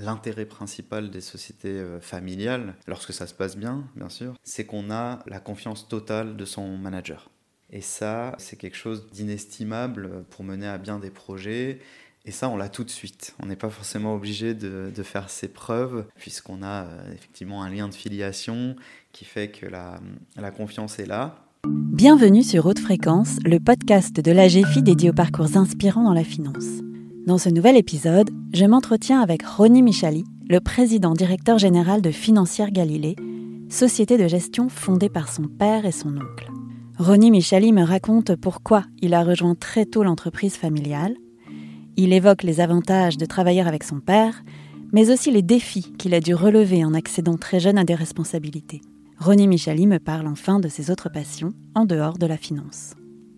l'intérêt principal des sociétés familiales, lorsque ça se passe bien sûr, c'est qu'on a la confiance totale de son manager. Et ça, c'est quelque chose d'inestimable pour mener à bien des projets. Et ça, on l'a tout de suite. On n'est pas forcément obligé de faire ses preuves, puisqu'on a effectivement un lien de filiation qui fait que la confiance est là. Bienvenue sur Haute Fréquence, le podcast de l'AGFI dédié aux parcours inspirants dans la finance. Dans ce nouvel épisode, je m'entretiens avec Ronnie Michali, le président directeur général de Financière Galilée, société de gestion fondée par son père et son oncle. Ronnie Michali me raconte pourquoi il a rejoint très tôt l'entreprise familiale. Il évoque les avantages de travailler avec son père, mais aussi les défis qu'il a dû relever en accédant très jeune à des responsabilités. Ronnie Michali me parle enfin de ses autres passions en dehors de la finance.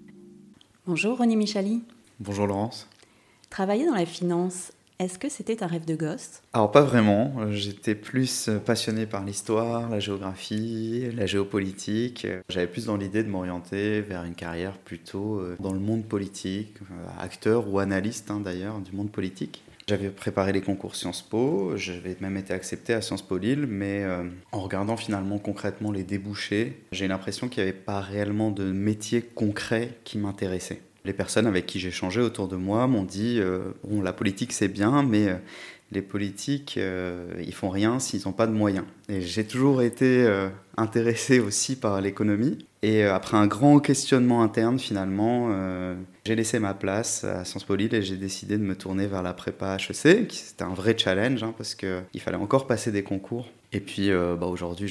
Bonjour Ronnie Michali. Bonjour Laurence. Travailler dans la finance, est-ce que c'était un rêve de gosse ? Alors pas vraiment, j'étais plus passionné par l'histoire, la géographie, la géopolitique. J'avais plus dans l'idée de m'orienter vers une carrière plutôt dans le monde politique, acteur ou analyste d'ailleurs du monde politique. J'avais préparé les concours Sciences Po, j'avais même été accepté à Sciences Po Lille, mais en regardant finalement concrètement les débouchés, j'ai l'impression qu'il n'y avait pas réellement de métier concret qui m'intéressait. Les personnes avec qui j'ai échangé autour de moi m'ont dit bon, la politique c'est bien, mais les politiques ils font rien s'ils n'ont pas de moyens. Et j'ai toujours été intéressé aussi par l'économie. Et après un grand questionnement interne, finalement, j'ai laissé ma place à Sciences Po Lille et j'ai décidé de me tourner vers la prépa HEC, qui c'était un vrai challenge parce qu'il fallait encore passer des concours. Et puis aujourd'hui,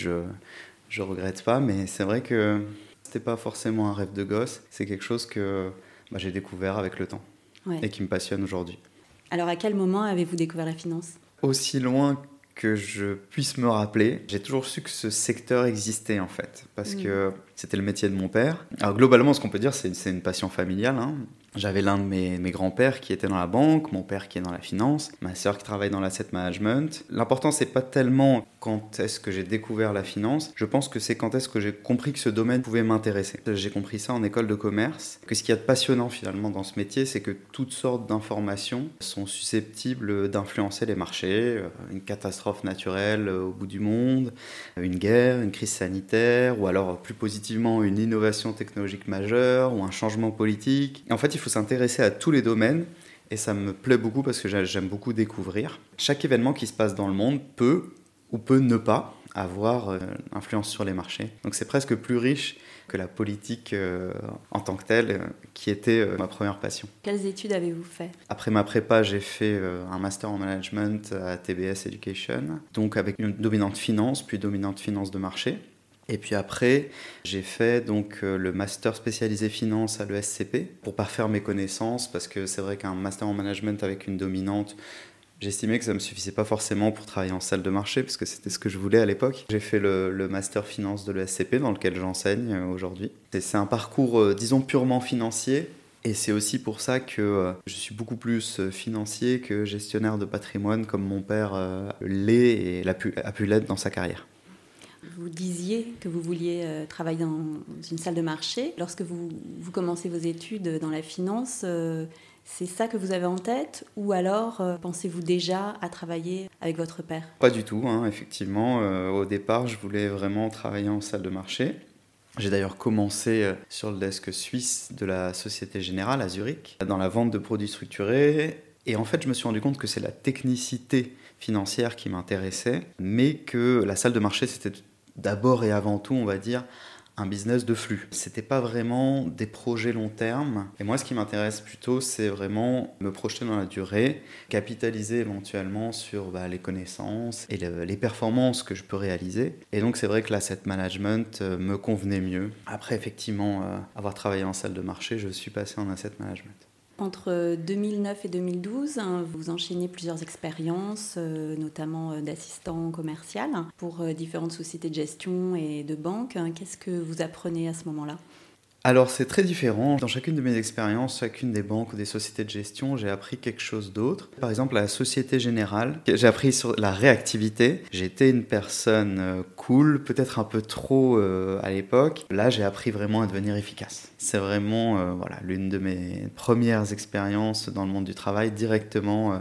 je regrette pas, mais c'est vrai que c'était pas forcément un rêve de gosse. C'est quelque chose que j'ai découvert avec le temps et qui me passionne aujourd'hui. Alors à quel moment avez-vous découvert la finance ? Aussi loin que je puisse me rappeler, j'ai toujours su que ce secteur existait en fait, parce que c'était le métier de mon père. Alors globalement, ce qu'on peut dire, c'est une passion familiale. J'avais l'un de mes grands-pères qui était dans la banque, mon père qui est dans la finance, ma sœur qui travaille dans l'asset management. L'important, c'est pas tellement quand est-ce que j'ai découvert la finance, je pense que c'est quand est-ce que j'ai compris que ce domaine pouvait m'intéresser. J'ai compris ça en école de commerce, que ce qu'il y a de passionnant finalement dans ce métier, c'est que toutes sortes d'informations sont susceptibles d'influencer les marchés. Une catastrophe naturelle au bout du monde, une guerre, une crise sanitaire, ou alors plus positivement une innovation technologique majeure, ou un changement politique. En fait, il faut s'intéresser à tous les domaines, et ça me plaît beaucoup parce que j'aime beaucoup découvrir. Chaque événement qui se passe dans le monde peut ou peut ne pas avoir influence sur les marchés. Donc c'est presque plus riche que la politique en tant que telle, qui était ma première passion. Quelles études avez-vous fait ? Après ma prépa, j'ai fait un master en management à TBS Education, donc avec une dominante finance, puis dominante finance de marché. Et puis après, j'ai fait donc le master spécialisé finance à l'ESCP pour parfaire mes connaissances, parce que c'est vrai qu'un master en management avec une dominante, j'estimais que ça ne me suffisait pas forcément pour travailler en salle de marché, parce que c'était ce que je voulais à l'époque. J'ai fait le master finance de l'ESCP, dans lequel j'enseigne aujourd'hui. Et c'est un parcours, disons, purement financier. Et c'est aussi pour ça que je suis beaucoup plus financier que gestionnaire de patrimoine, comme mon père l'est et a pu l'être dans sa carrière. Vous disiez que vous vouliez travailler dans une salle de marché. Lorsque vous commencez vos études dans la finance, c'est ça que vous avez en tête, ou alors pensez-vous déjà à travailler avec votre père ? Pas du tout, effectivement. Au départ, je voulais vraiment travailler en salle de marché. J'ai d'ailleurs commencé sur le desk suisse de la Société Générale à Zurich, dans la vente de produits structurés. Et en fait, je me suis rendu compte que c'est la technicité financière qui m'intéressait, mais que la salle de marché, c'était d'abord et avant tout, on va dire, un business de flux. C'était pas vraiment des projets long terme. Et moi, ce qui m'intéresse plutôt, c'est vraiment me projeter dans la durée, capitaliser éventuellement sur les connaissances et les performances que je peux réaliser. Et donc, c'est vrai que l'asset management me convenait mieux. Après, effectivement, avoir travaillé en salle de marché, je suis passé en asset management. Entre 2009 et 2012, vous enchaînez plusieurs expériences, notamment d'assistant commercial pour différentes sociétés de gestion et de banque. Qu'est-ce que vous apprenez à ce moment-là ? Alors c'est très différent. Dans chacune de mes expériences, chacune des banques ou des sociétés de gestion, j'ai appris quelque chose d'autre. Par exemple, à la Société Générale, j'ai appris sur la réactivité. J'étais une personne cool, peut-être un peu trop à l'époque. Là, j'ai appris vraiment à devenir efficace. C'est vraiment l'une de mes premières expériences dans le monde du travail, directement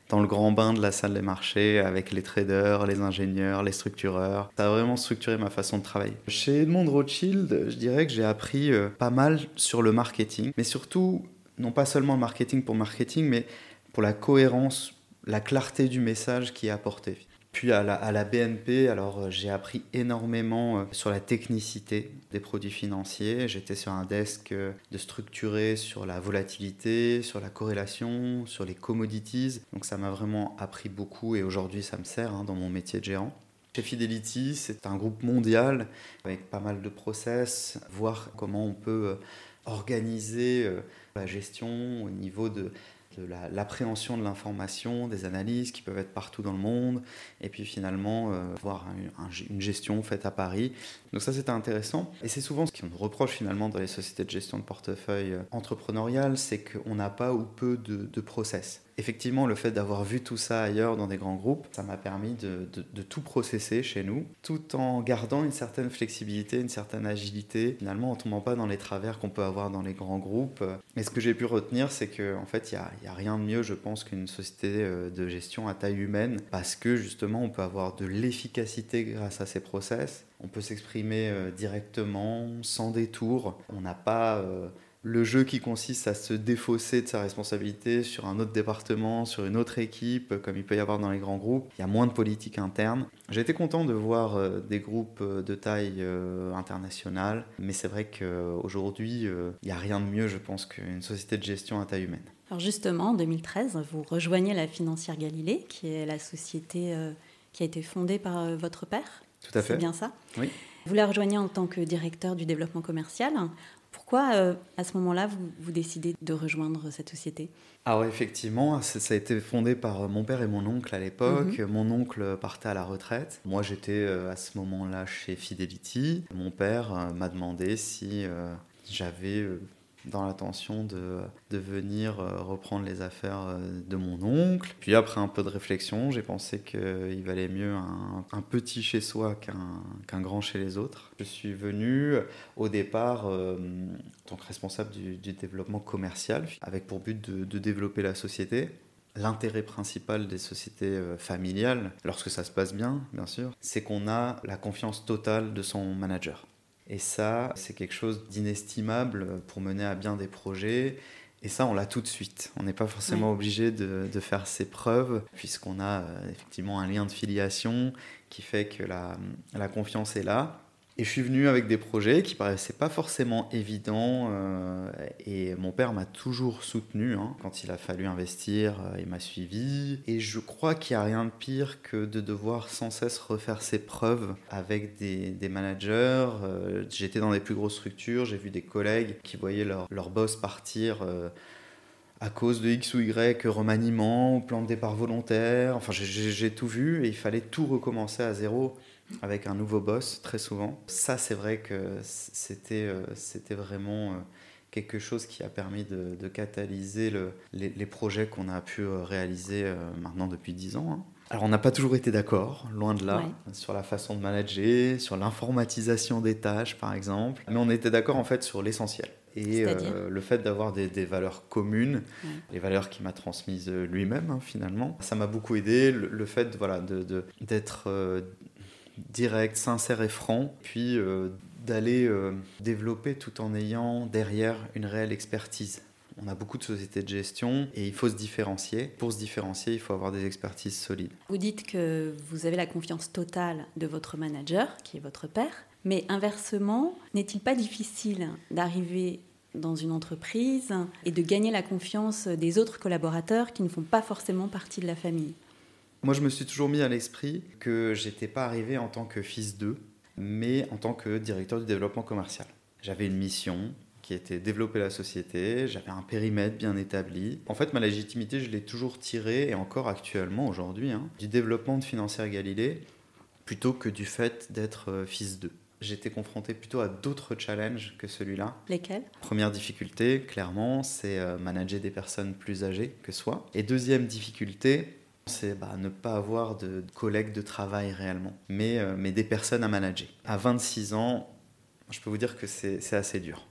dans le grand bain de la salle des marchés avec les traders, les ingénieurs, les structureurs. Ça a vraiment structuré ma façon de travailler. Chez Edmond de Rothschild, je dirais que j'ai appris pas mal sur le marketing, mais surtout, non pas seulement le marketing pour marketing, mais pour la cohérence, la clarté du message qui est apporté. Puis à la BNP, alors j'ai appris énormément sur la technicité des produits financiers. J'étais sur un desk de structuré sur la volatilité, sur la corrélation, sur les commodities. Donc ça m'a vraiment appris beaucoup et aujourd'hui ça me sert dans mon métier de gérant. Chez Fidelity, c'est un groupe mondial avec pas mal de process, voir comment on peut organiser la gestion au niveau de l'appréhension de l'information, des analyses qui peuvent être partout dans le monde, et puis finalement voir une gestion faite à Paris. Donc ça, c'était intéressant. Et c'est souvent ce qu'on nous reproche finalement dans les sociétés de gestion de portefeuille entrepreneuriales, c'est qu'on n'a pas ou peu de process. Effectivement, le fait d'avoir vu tout ça ailleurs dans des grands groupes, ça m'a permis de tout processer chez nous, tout en gardant une certaine flexibilité, une certaine agilité, finalement en tombant pas dans les travers qu'on peut avoir dans les grands groupes. Et ce que j'ai pu retenir, c'est qu'en fait, il y a rien de mieux, je pense, qu'une société de gestion à taille humaine, parce que justement, on peut avoir de l'efficacité grâce à ces process, on peut s'exprimer directement, sans détour, on n'a pas le jeu qui consiste à se défausser de sa responsabilité sur un autre département, sur une autre équipe, comme il peut y avoir dans les grands groupes. Il y a moins de politique interne. J'ai été content de voir des groupes de taille internationale, mais c'est vrai qu'aujourd'hui, il n'y a rien de mieux, je pense, qu'une société de gestion à taille humaine. Alors justement, en 2013, vous rejoignez la Financière Galilée, qui est la société qui a été fondée par votre père. Tout à fait. C'est bien ça ? Oui. Vous la rejoignez en tant que directeur du développement commercial. Pourquoi, à ce moment-là, vous décidez de rejoindre cette société ? Alors effectivement, ça a été fondé par mon père et mon oncle à l'époque. Mon oncle partait à la retraite. Moi, j'étais à ce moment-là chez Fidelity. Mon père m'a demandé si j'avais dans l'intention de venir reprendre les affaires de mon oncle. Puis après un peu de réflexion, j'ai pensé qu'il valait mieux un petit chez soi qu'un grand chez les autres. Je suis venu au départ en tant que responsable du développement commercial, avec pour but de développer la société. L'intérêt principal des sociétés familiales, lorsque ça se passe bien sûr, c'est qu'on a la confiance totale de son manager. Et ça, c'est quelque chose d'inestimable pour mener à bien des projets. Et ça, on l'a tout de suite. On n'est pas forcément obligé de faire ses preuves, puisqu'on a effectivement un lien de filiation qui fait que la confiance est là. Et je suis venu avec des projets qui paraissaient pas forcément évidents. Et mon père m'a toujours soutenu. Quand il a fallu investir, il m'a suivi. Et je crois qu'il n'y a rien de pire que de devoir sans cesse refaire ses preuves avec des managers. J'étais dans des plus grosses structures. J'ai vu des collègues qui voyaient leur boss partir à cause de X ou Y remaniement, plan de départ volontaire. Enfin, j'ai tout vu et il fallait tout recommencer à zéro avec un nouveau boss, très souvent. Ça, c'est vrai que c'était vraiment quelque chose qui a permis de catalyser les projets qu'on a pu réaliser maintenant depuis 10 ans. Alors, on n'a pas toujours été d'accord, loin de là, sur la façon de manager, sur l'informatisation des tâches, par exemple. Mais on était d'accord, en fait, sur l'essentiel. Et le fait d'avoir des valeurs communes, les valeurs qu'il m'a transmises lui-même, finalement, ça m'a beaucoup aidé. Le fait d'être direct, sincère et franc, puis d'aller développer tout en ayant derrière une réelle expertise. On a beaucoup de sociétés de gestion et il faut se différencier. Pour se différencier, il faut avoir des expertises solides. Vous dites que vous avez la confiance totale de votre manager, qui est votre père, mais inversement, n'est-il pas difficile d'arriver dans une entreprise et de gagner la confiance des autres collaborateurs qui ne font pas forcément partie de la famille ? Moi, je me suis toujours mis à l'esprit que je n'étais pas arrivé en tant que fils d'eux, mais en tant que directeur du développement commercial. J'avais une mission qui était développer la société, j'avais un périmètre bien établi. En fait, ma légitimité, je l'ai toujours tirée, et encore actuellement, aujourd'hui, du développement de Financière Galilée, plutôt que du fait d'être fils d'eux. J'étais confronté plutôt à d'autres challenges que celui-là. Lesquels ? Première difficulté, clairement, c'est manager des personnes plus âgées que soi. Et deuxième difficulté, c'est ne pas avoir de collègues de travail réellement, mais des personnes à manager. À 26 ans, je peux vous dire que c'est assez dur.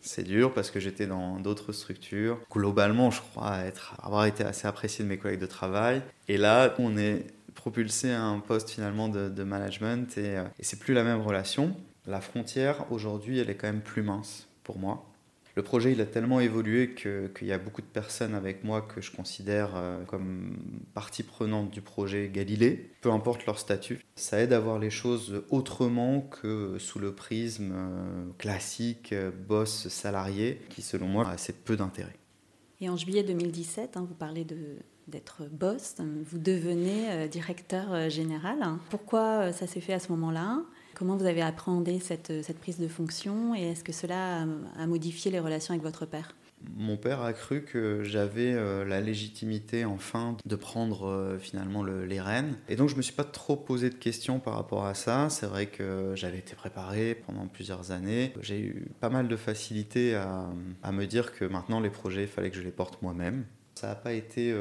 C'est dur parce que j'étais dans d'autres structures. Globalement, je crois avoir été assez apprécié de mes collègues de travail. Et là, on est propulsé à un poste finalement de management et c'est plus la même relation. La frontière, aujourd'hui, elle est quand même plus mince pour moi. Le projet, il a tellement évolué qu'il y a beaucoup de personnes avec moi que je considère comme partie prenante du projet Galilée, peu importe leur statut. Ça aide à voir les choses autrement que sous le prisme classique, boss salarié, qui selon moi a assez peu d'intérêt. Et en juillet 2017, vous parlez d'être boss, vous devenez directeur général. Pourquoi ça s'est fait à ce moment-là ? Comment vous avez appréhendé cette prise de fonction et est-ce que cela a modifié les relations avec votre père ? Mon père a cru que j'avais la légitimité enfin de prendre finalement les rênes. Et donc je ne me suis pas trop posé de questions par rapport à ça. C'est vrai que j'avais été préparé pendant plusieurs années. J'ai eu pas mal de facilité à me dire que maintenant les projets, il fallait que je les porte moi-même. Ça n'a pas été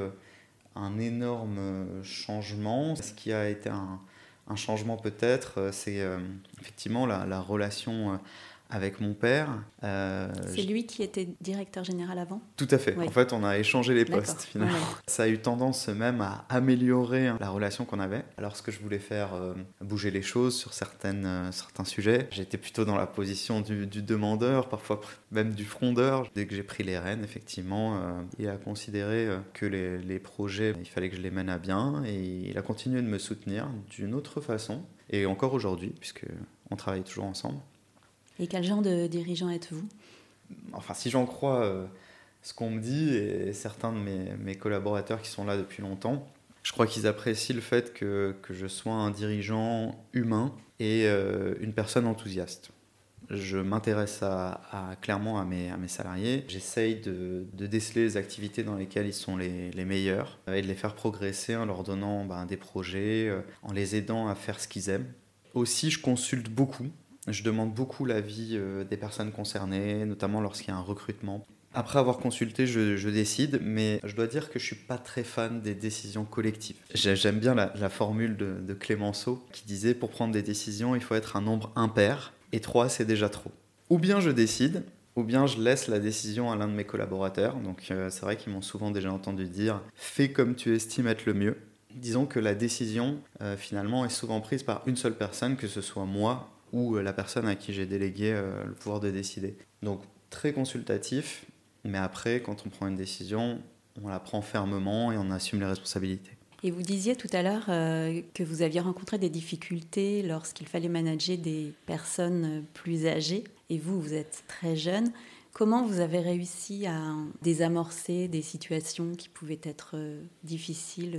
un énorme changement. Ce qui a été un changement peut-être, c'est effectivement la relation avec mon père. C'est lui qui était directeur général avant ? Tout à fait. Oui. En fait, on a échangé les postes finalement. Ouais. Ça a eu tendance même à améliorer la relation qu'on avait. Lorsque je voulais faire bouger les choses sur certains sujets, j'étais plutôt dans la position du demandeur, parfois même du frondeur. Dès que j'ai pris les rênes, effectivement, il a considéré que les projets, il fallait que je les mène à bien et il a continué de me soutenir d'une autre façon. Et encore aujourd'hui, puisqu'on travaille toujours ensemble. Et quel genre de dirigeant êtes-vous ? Enfin, si j'en crois ce qu'on me dit, et certains de mes collaborateurs qui sont là depuis longtemps, je crois qu'ils apprécient le fait que je sois un dirigeant humain et une personne enthousiaste. Je m'intéresse clairement à mes salariés. J'essaye de déceler les activités dans lesquelles ils sont les meilleurs et de les faire progresser en leur donnant des projets, en les aidant à faire ce qu'ils aiment. Aussi, je consulte beaucoup. Je demande beaucoup l'avis des personnes concernées, notamment lorsqu'il y a un recrutement. Après avoir consulté, je décide, mais je dois dire que je ne suis pas très fan des décisions collectives. J'aime bien la formule de Clémenceau qui disait « Pour prendre des décisions, il faut être un nombre impair, et 3, c'est déjà trop ». Ou bien je décide, ou bien je laisse la décision à l'un de mes collaborateurs. Donc c'est vrai qu'ils m'ont souvent déjà entendu dire « Fais comme tu estimes être le mieux ». Disons que la décision, finalement, est souvent prise par une seule personne, que ce soit moi ou la personne à qui j'ai délégué le pouvoir de décider. Donc très consultatif, mais après, quand on prend une décision, on la prend fermement et on assume les responsabilités. Et vous disiez tout à l'heure que vous aviez rencontré des difficultés lorsqu'il fallait manager des personnes plus âgées, et vous êtes très jeune. Comment vous avez réussi à désamorcer des situations qui pouvaient être difficiles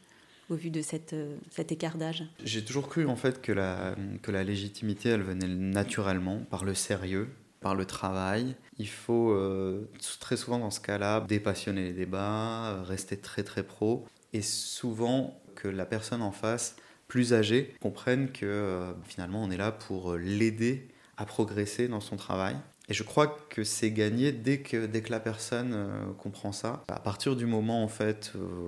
au vu de cet écart d'âge ? J'ai toujours cru en fait que la légitimité, elle venait naturellement par le sérieux, par le travail. Il faut très souvent dans ce cas-là dépassionner les débats, rester très très pro, et souvent que la personne en face, plus âgée, comprenne que finalement on est là pour l'aider à progresser dans son travail. Et je crois que c'est gagné dès que la personne comprend ça. À partir du moment en fait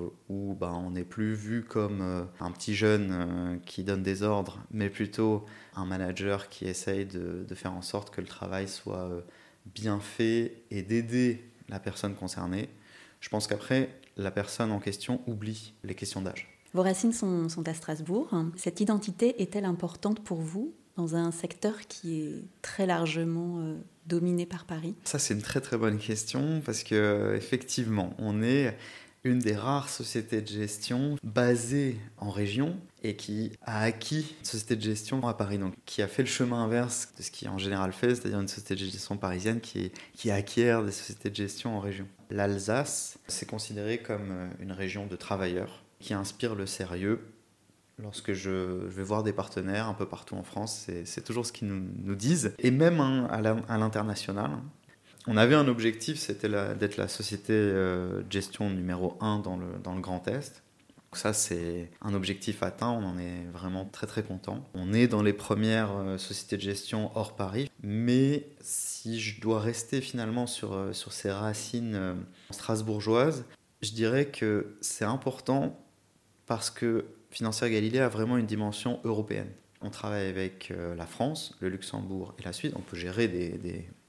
où on n'est plus vu comme un petit jeune qui donne des ordres, mais plutôt un manager qui essaye de faire en sorte que le travail soit bien fait et d'aider la personne concernée, je pense qu'après, la personne en question oublie les questions d'âge. Vos racines sont à Strasbourg. Cette identité est-elle importante pour vous dans un secteur qui est très largement dominé par Paris ? Ça, c'est une très très bonne question parce qu'effectivement, on est une des rares sociétés de gestion basée en région et qui a acquis une société de gestion à Paris, donc qui a fait le chemin inverse de ce qui est en général fait, c'est-à-dire une société de gestion parisienne qui acquiert des sociétés de gestion en région. L'Alsace, c'est considéré comme une région de travailleurs qui inspire le sérieux. Lorsque je vais voir des partenaires un peu partout en France, c'est toujours ce qu'ils nous disent. Et même à l'international, on avait un objectif, c'était d'être la société de gestion numéro 1 dans le Grand Est. Donc ça, c'est un objectif atteint, on en est vraiment très très content. On est dans les premières sociétés de gestion hors Paris, mais si je dois rester finalement sur ces racines strasbourgeoises, je dirais que c'est important parce que Financière Galilée a vraiment une dimension européenne. On travaille avec la France, le Luxembourg et la Suisse. On peut gérer des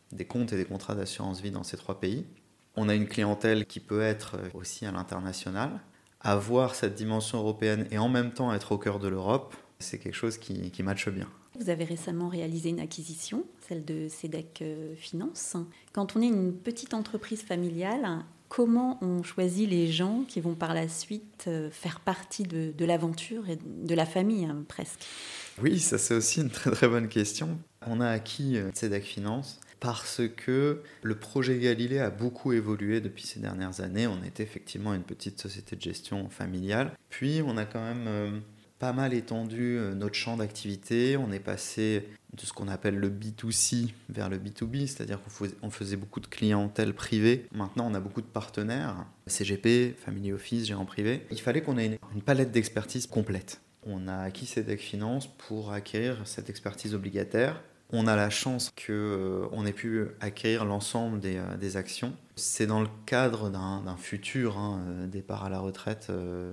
des comptes et des contrats d'assurance vie dans ces 3 pays. On a une clientèle qui peut être aussi à l'international. Avoir cette dimension européenne et en même temps être au cœur de l'Europe, c'est quelque chose qui matche bien. Vous avez récemment réalisé une acquisition, celle de CEDEC Finance. Quand on est une petite entreprise familiale, comment on choisit les gens qui vont par la suite faire partie de l'aventure et de la famille, presque ? Oui, ça c'est aussi une très très bonne question. On a acquis CEDEC Finance parce que le projet Galilée a beaucoup évolué depuis ces dernières années. On était effectivement une petite société de gestion familiale. Puis on a quand même pas mal étendu notre champ d'activité. On est passé de ce qu'on appelle le B2C vers le B2B, c'est-à-dire qu'on faisait beaucoup de clientèle privée. Maintenant, on a beaucoup de partenaires, CGP, Family Office, gérant privé. Il fallait qu'on ait une palette d'expertise complète. On a acquis CEDEC Finance pour acquérir cette expertise obligataire. On a la chance qu'on ait pu acquérir l'ensemble des actions. C'est dans le cadre d'un futur départ à la retraite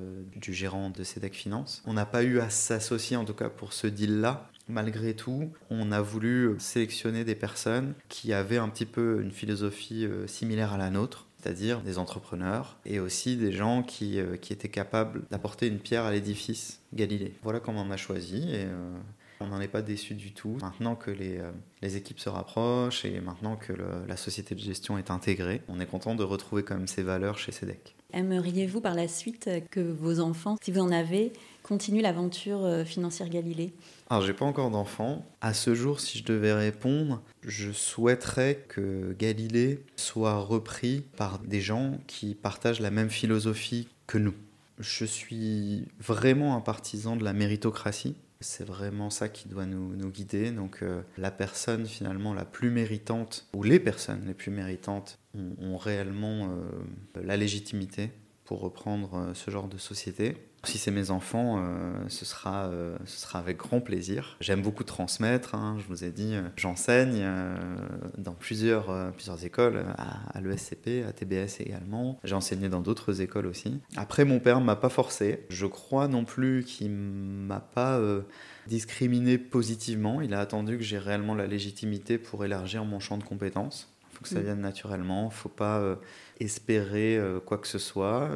du gérant de CEDEC Finance. On n'a pas eu à s'associer, en tout cas pour ce deal-là. Malgré tout, on a voulu sélectionner des personnes qui avaient un petit peu une philosophie similaire à la nôtre, c'est-à-dire des entrepreneurs et aussi des gens qui étaient capables d'apporter une pierre à l'édifice Galilée. Voilà comment on a choisi et on n'en est pas déçu du tout. Maintenant que les équipes se rapprochent et maintenant que la société de gestion est intégrée, on est content de retrouver quand même ces valeurs chez CEDEC. Aimeriez-vous par la suite que vos enfants, si vous en avez, continuent l'aventure financière Galilée ? Alors, j'ai pas encore d'enfants. À ce jour, si je devais répondre, je souhaiterais que Galilée soit repris par des gens qui partagent la même philosophie que nous. Je suis vraiment un partisan de la méritocratie. C'est vraiment ça qui doit nous guider. Donc la personne finalement la plus méritante, ou les personnes les plus méritantes, ont réellement la légitimité pour reprendre ce genre de société. Si c'est mes enfants, ce sera avec grand plaisir. J'aime beaucoup transmettre, je vous ai dit, j'enseigne dans plusieurs écoles, à l'ESCP, à TBS également. J'ai enseigné dans d'autres écoles aussi. Après, mon père ne m'a pas forcé. Je crois non plus qu'il ne m'a pas discriminé positivement. Il a attendu que j'ai réellement la légitimité pour élargir mon champ de compétences. Il faut que ça vienne naturellement, il ne faut pas espérer quoi que ce soit.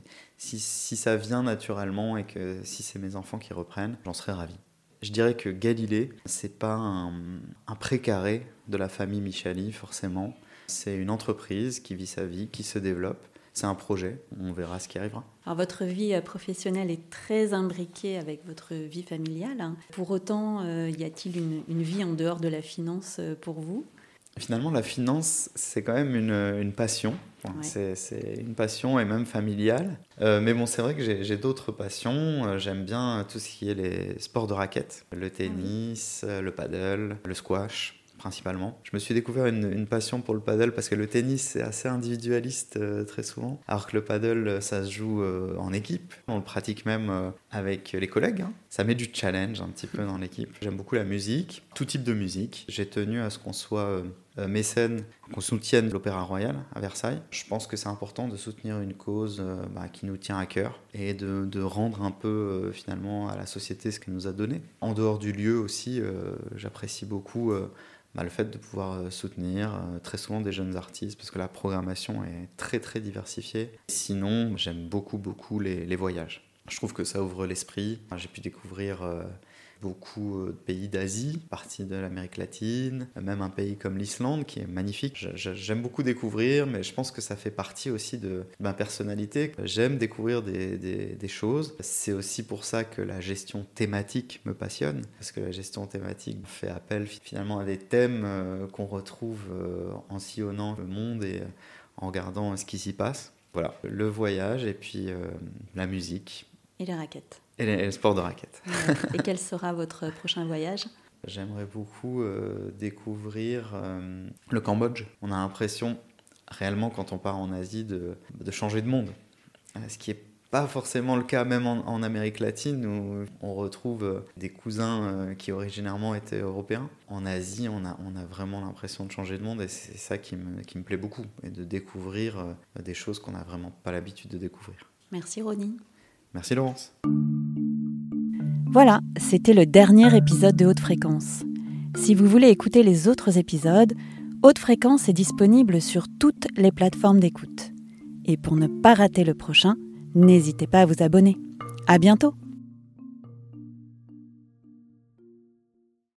Si ça vient naturellement et que si c'est mes enfants qui reprennent, j'en serais ravi. Je dirais que Galilée, c'est pas un précaré de la famille Michali, forcément. C'est une entreprise qui vit sa vie, qui se développe. C'est un projet, on verra ce qui arrivera. Alors votre vie professionnelle est très imbriquée avec votre vie familiale. Pour autant, y a-t-il une vie en dehors de la finance pour vous ? Finalement, la finance, c'est quand même une passion. Ouais. C'est une passion et même familiale. Mais bon, c'est vrai que j'ai d'autres passions. J'aime bien tout ce qui est les sports de raquettes. Le tennis, le paddle, le squash principalement. Je me suis découvert une passion pour le paddle parce que le tennis, c'est assez individualiste très souvent. Alors que le paddle, ça se joue en équipe. On le pratique même avec les collègues. Ça met du challenge un petit peu dans l'équipe. J'aime beaucoup la musique, tout type de musique. J'ai tenu à ce qu'on soit mécène, qu'on soutienne l'Opéra Royal à Versailles. Je pense que c'est important de soutenir une cause qui nous tient à cœur et de rendre un peu finalement à la société ce qu'elle nous a donné. En dehors du lieu aussi, j'apprécie beaucoup le fait de pouvoir soutenir très souvent des jeunes artistes parce que la programmation est très très diversifiée. Sinon, j'aime beaucoup les voyages. Je trouve que ça ouvre l'esprit. J'ai pu découvrir beaucoup de pays d'Asie, partie de l'Amérique latine, même un pays comme l'Islande qui est magnifique. J'aime beaucoup découvrir, mais je pense que ça fait partie aussi de ma personnalité. J'aime découvrir des choses. C'est aussi pour ça que la gestion thématique me passionne, parce que la gestion thématique fait appel finalement à des thèmes qu'on retrouve en sillonnant le monde et en regardant ce qui s'y passe. Voilà, le voyage et puis la musique. Et les raquettes. Et le sport de raquettes. Et quel sera votre prochain voyage ? J'aimerais beaucoup découvrir le Cambodge. On a l'impression, réellement, quand on part en Asie, de changer de monde. Ce qui n'est pas forcément le cas même en Amérique latine, où on retrouve des cousins qui originairement étaient européens. En Asie, on a vraiment l'impression de changer de monde, et c'est ça qui me plaît beaucoup, et de découvrir des choses qu'on n'a vraiment pas l'habitude de découvrir. Merci Ronnie. Merci Laurence. Voilà, c'était le dernier épisode de Haute Fréquence. Si vous voulez écouter les autres épisodes, Haute Fréquence est disponible sur toutes les plateformes d'écoute. Et pour ne pas rater le prochain, n'hésitez pas à vous abonner. À bientôt!